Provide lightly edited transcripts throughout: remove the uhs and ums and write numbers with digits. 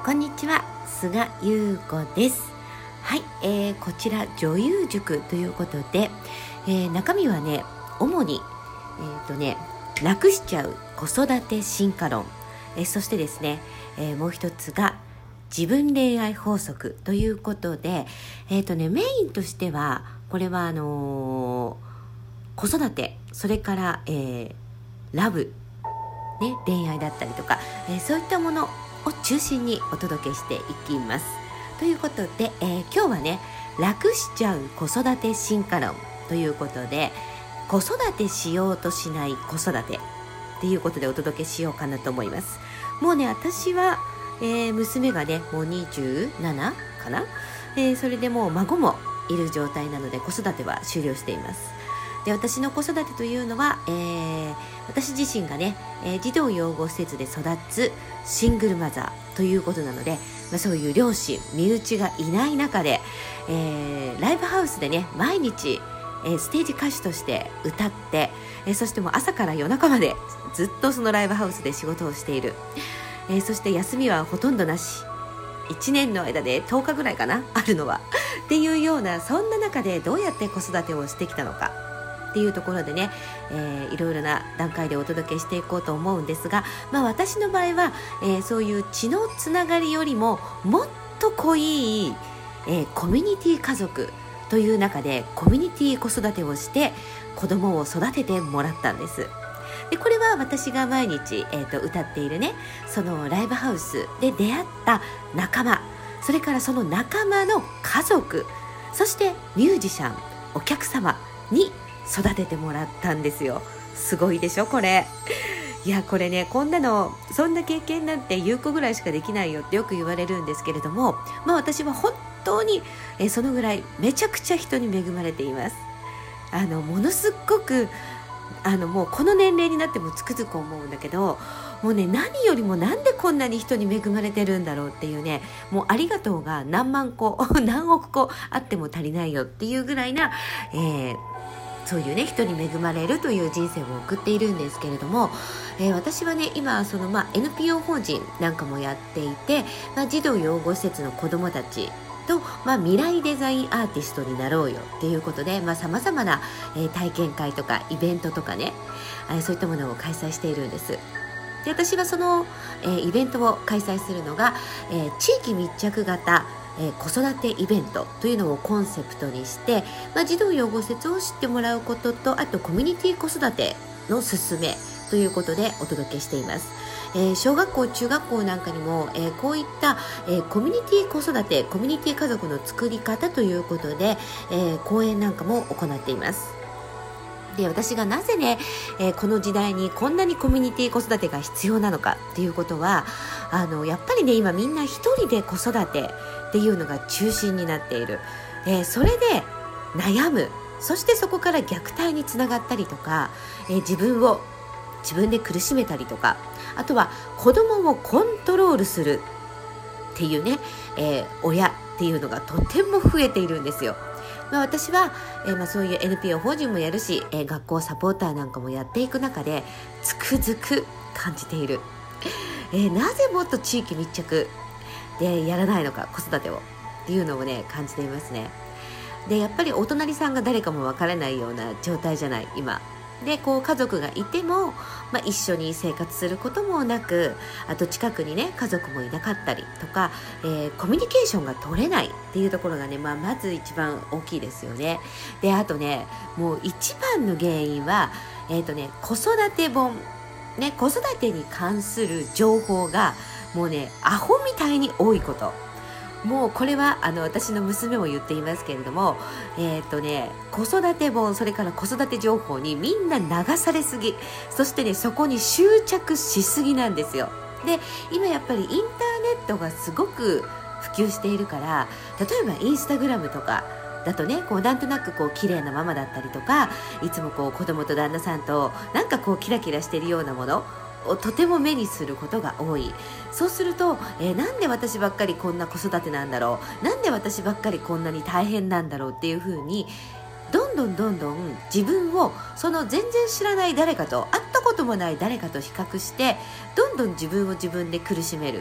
こんにちは、菅優子です。はい、こちら女優塾ということで、中身はね、主に楽しちゃう子育て進化論、そしてですね、もう一つが自分恋愛法則ということで、メインとしてはこれは子育て、それから、ラブ、恋愛だったりとか、そういったものを中心にお届けしていきますということで、今日はね、楽しちゃう子育て進化論ということで、子育てしようとしない子育てっていうことでお届けしようかなと思います。もうね、私は、娘がねもう27かな、それでもう孫もいる状態なので子育ては終了しています。で、私の子育てというのは、私自身がね、児童養護施設で育つシングルマザーということなので、そういう両親身内がいない中で、ライブハウスでね毎日、ステージ歌手として歌って、そしてもう朝から夜中までずっとそのライブハウスで仕事をしている、そして休みはほとんどなし、1年の間で10日ぐらいかなあるのはっていうような、そんな中でどうやって子育てをしてきたのかっていうところでね、いろいろな段階でお届けしていこうと思うんですが、私の場合は、そういう血のつながりよりももっと濃い、コミュニティ家族という中でコミュニティ子育てをして子供を育ててもらったんです。で、これは私が毎日、歌っているね、そのライブハウスで出会った仲間、それからその仲間の家族、そしてミュージシャン、お客様に育ててもらったんですよ。すごいでしょこれ。いや、これね、こんなの、そんな経験なんて優子ぐらいしかできないよってよく言われるんですけれども、私は本当に、そのぐらいめちゃくちゃ人に恵まれています。ものすごくもうこの年齢になってもつくづく思うんだけど、もうね、何よりもなんでこんなに人に恵まれてるんだろうっていうね、もうありがとうが何万個何億個あっても足りないよっていうぐらいな、そういうね、人に恵まれるという人生を送っているんですけれども、私はね、今その、NPO 法人なんかもやっていて、児童養護施設の子どもたちと、未来デザインアーティストになろうよっていうことで、様々な、体験会とかイベントとかね、そういったものを開催しているんです。で、私はその、イベントを開催するのが、地域密着型子育てイベントというのをコンセプトにして、児童養護施設を知ってもらうことと、あとコミュニティ子育ての勧めということでお届けしています。小学校中学校なんかにも、こういった、コミュニティ子育て、コミュニティ家族の作り方ということで、講演なんかも行っています。で、私がなぜね、この時代にこんなにコミュニティ子育てが必要なのかっていうことは、やっぱりね、今みんな一人で子育てっていうのが中心になっている、それで悩む、そしてそこから虐待につながったりとか、自分で苦しめたりとか、あとは子供をコントロールするっていうね、親っていうのがとても増えているんですよ。私は、そういう NPO 法人もやるし、学校サポーターなんかもやっていく中でつくづく感じている、なぜもっと地域密着でやらないのか、子育てをっていうのをね感じていますね。で、やっぱりお隣さんが誰かもわからないような状態じゃない今で、こう家族がいても、一緒に生活することもなく、あと近くにね家族もいなかったりとか、コミュニケーションが取れないっていうところがね、まず一番大きいですよね。で、あとね、もう一番の原因は、子育て本ね、子育てに関する情報がもうね、アホみたいに多いこと。もうこれは私の娘も言っていますけれども、子育て本、それから子育て情報にみんな流されすぎ、そしてね、そこに執着しすぎなんですよ。で、今やっぱりインターネットがすごく普及しているから、例えばインスタグラムとかだとね、こうなんとなくこう綺麗なママだったりとか、いつもこう子供と旦那さんとなんかこうキラキラしているようなものをとても目にすることが多い。そうすると、なんで私ばっかりこんな子育てなんだろう、なんで私ばっかりこんなに大変なんだろうっていう風に、どんどん自分をその全然知らない誰かと、会ったこともない誰かと比較して、どんどん自分を自分で苦しめる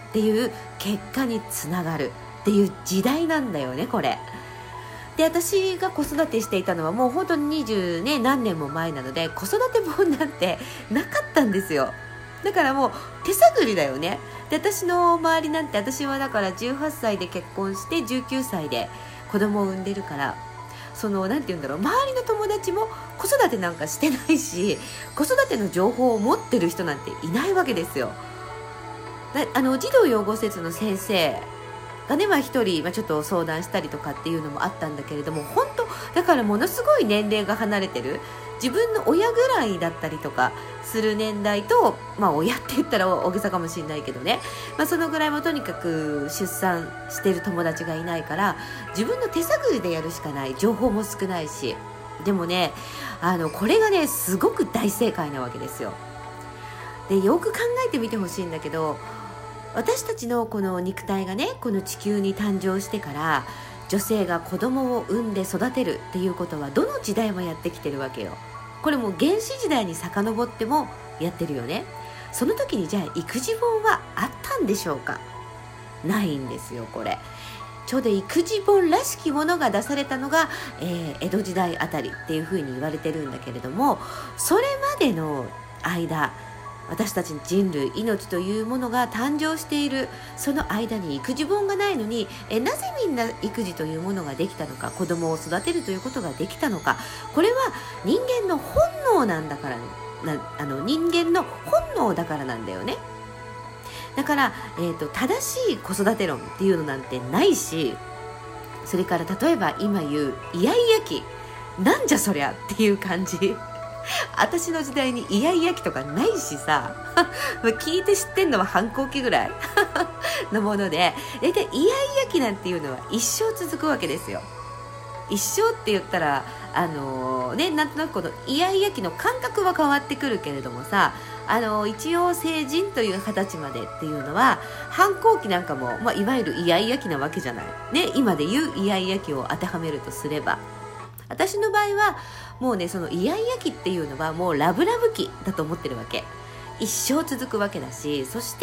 っていう結果につながるっていう時代なんだよね、これ。で、私が子育てしていたのはもう本当に20年何年も前なので、子育て本なんてなかったんですよ。だからもう手探りだよね。で、私の周りなんて、私はだから18歳で結婚して19歳で子供を産んでるから、なんて言うんだろう、周りの友達も子育てなんかしてないし、子育ての情報を持ってる人なんていないわけですよ。児童養護施設の先生がね、一人、ちょっと相談したりとかっていうのもあったんだけれども、本当だからものすごい年齢が離れてる、自分の親ぐらいだったりとかする年代と、親って言ったら大げさかもしれないけどね、そのぐらいもとにかく出産してる友達がいないから、自分の手探りでやるしかない、情報も少ないし。でもね、これがねすごく大正解なわけですよ。で、よく考えてみてほしいんだけど、私たちのこの肉体がね、この地球に誕生してから女性が子供を産んで育てるっていうことはどの時代もやってきてるわけよ。これも原始時代に遡ってもやってるよね。その時にじゃあ育児本はあったんでしょうか。ないんですよ。これちょうど育児本らしきものが出されたのが、江戸時代あたりっていうふうに言われてるんだけれども、それまでの間、私たち人類、命というものが誕生しているその間に育児本がないのに、なぜみんな育児というものができたのか、子供を育てるということができたのか。これは人間の本能なんだから人間の本能だからなんだよね。だから、正しい子育て論っていうのなんてないし、それから例えば今言うイヤイヤ期、なんじゃそりゃっていう感じ。私の時代にイヤイヤ期とかないしさ聞いて知ってんのは反抗期ぐらいのもので、大体イヤイヤ期なんていうのは一生続くわけですよ。一生って言ったらなんとなくこのイヤイヤ期の感覚は変わってくるけれどもさ、一応成人という20歳までっていうのは、反抗期なんかも、いわゆるイヤイヤ期なわけじゃないね。今で言うイヤイヤ期を当てはめるとすれば、私の場合はもうね、そのイヤイヤ期っていうのはもうラブラブ期だと思ってるわけ。一生続くわけだし、そして、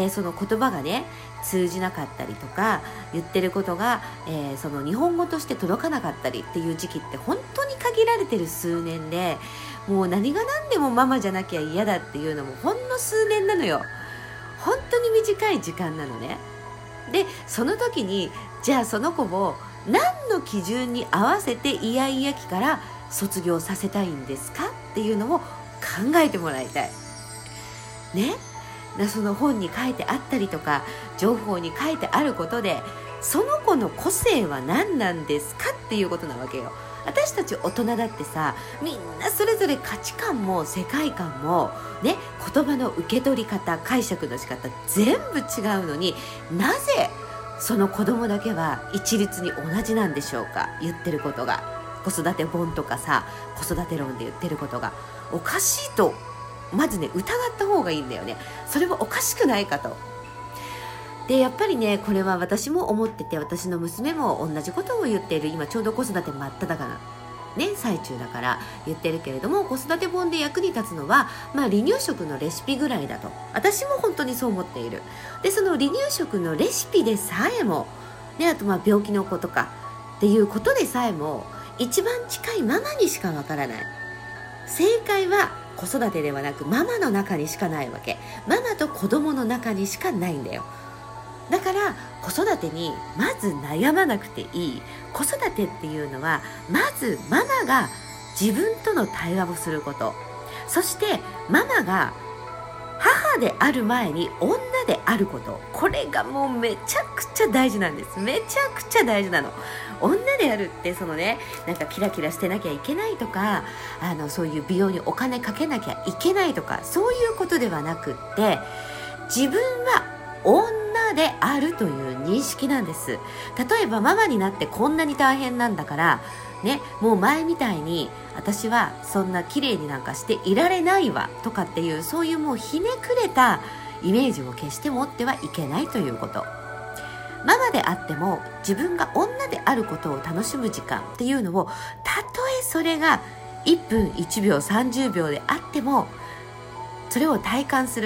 その言葉がね通じなかったりとか、言ってることが、その日本語として届かなかったりっていう時期って本当に限られてる数年で、もう何が何でもママじゃなきゃ嫌だっていうのもほんの数年なのよ。本当に短い時間なのね。で、その時にじゃあその子を何の基準に合わせてイヤイヤ期から卒業させたいんですかっていうのを考えてもらいたいね。その本に書いてあったりとか情報に書いてあることで、その子の個性は何なんですかっていうことなわけよ。私たち大人だってさ、みんなそれぞれ価値観も世界観もね、言葉の受け取り方、解釈の仕方全部違うのに、なぜその子供だけは一律に同じなんでしょうか。言ってることが、子育て本とかさ、子育て論で言ってることがおかしいと、まずね疑った方がいいんだよね。それはおかしくないかと。で、やっぱりね、これは私も思ってて、私の娘も同じことを言っている。今ちょうど子育て真っ只中ね、最中だから言ってるけれども、子育て本で役に立つのは、離乳食のレシピぐらいだと私も本当にそう思っている。で、その離乳食のレシピでさえも、ね、あと病気の子とかっていうことでさえも、一番近いママにしかわからない。正解は子育てではなくママの中にしかないわけ。ママと子供の中にしかないんだよ。だから子育てにまず悩まなくていい。子育てっていうのはまずママが自分との対話をすること、そしてママが母である前に女であること、これがもうめちゃくちゃ大事なんです。めちゃくちゃ大事なの。女であるってそのね、なんかキラキラしてなきゃいけないとか、そういう美容にお金かけなきゃいけないとか、そういうことではなくって、自分は女であるという認識なんです。例えばママになってこんなに大変なんだからね、もう前みたいに私はそんな綺麗になんかしていられないわとかっていう、そういうもうひねくれたイメージを決して持ってはいけないということ。ママであっても自分が女であることを楽しむ時間っていうのを、たとえそれが1分1秒30秒であってもそれを体感するっ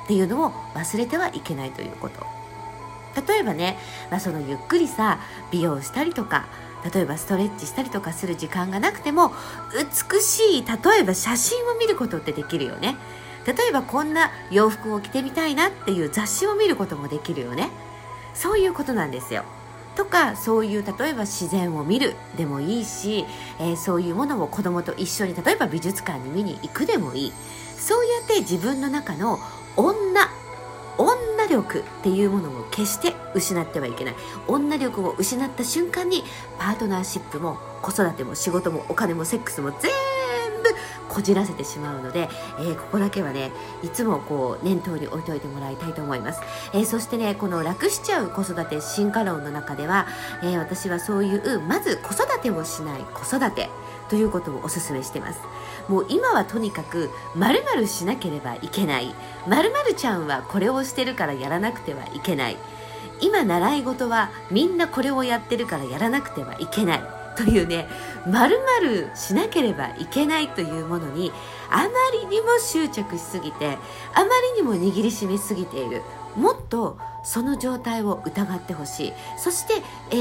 っていうのを忘れてはいけないということ。例えばね、そのゆっくり美容したりとか、例えばストレッチしたりとかする時間がなくても、美しい例えば写真を見ることってできるよね。例えばこんな洋服を着てみたいなっていう雑誌を見ることもできるよね。そういうことなんですよ。とか、そういう例えば自然を見るでもいいし、そういうものを子供と一緒に例えば美術館に見に行くでもいい。そうやって自分の中の女力っていうものを決して失ってはいけない。女力を失った瞬間にパートナーシップも子育ても仕事もお金もセックスも全部こじらせてしまうので、ここだけはね、いつも念頭に置いておいてもらいたいと思います。そしてね、この楽しちゃう子育て進化論の中では、私はそういうまず子育てをしない子育てということをお勧めしています。もう今はとにかく〇〇しなければいけない、〇〇ちゃんはこれをしてるからやらなくてはいけない、今習い事はみんなこれをやってるからやらなくてはいけないというね、〇〇しなければいけないというものにあまりにも執着しすぎて、あまりにも握りしめすぎている。もっとその状態を疑ってほしい。そして、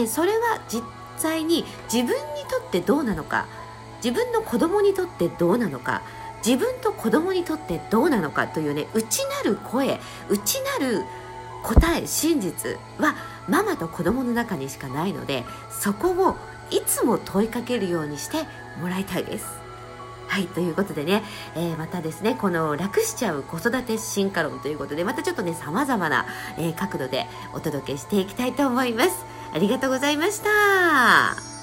それは実際に自分にとってどうなのか、自分の子供にとってどうなのか、自分と子供にとってどうなのかというね、内なる声、内なる答え、真実はママと子供の中にしかないので、そこをいつも問いかけるようにしてもらいたいです。はい、ということでね、またですね、この楽しちゃう子育て進化論ということで、またちょっとね、様々な、角度でお届けしていきたいと思います。ありがとうございました。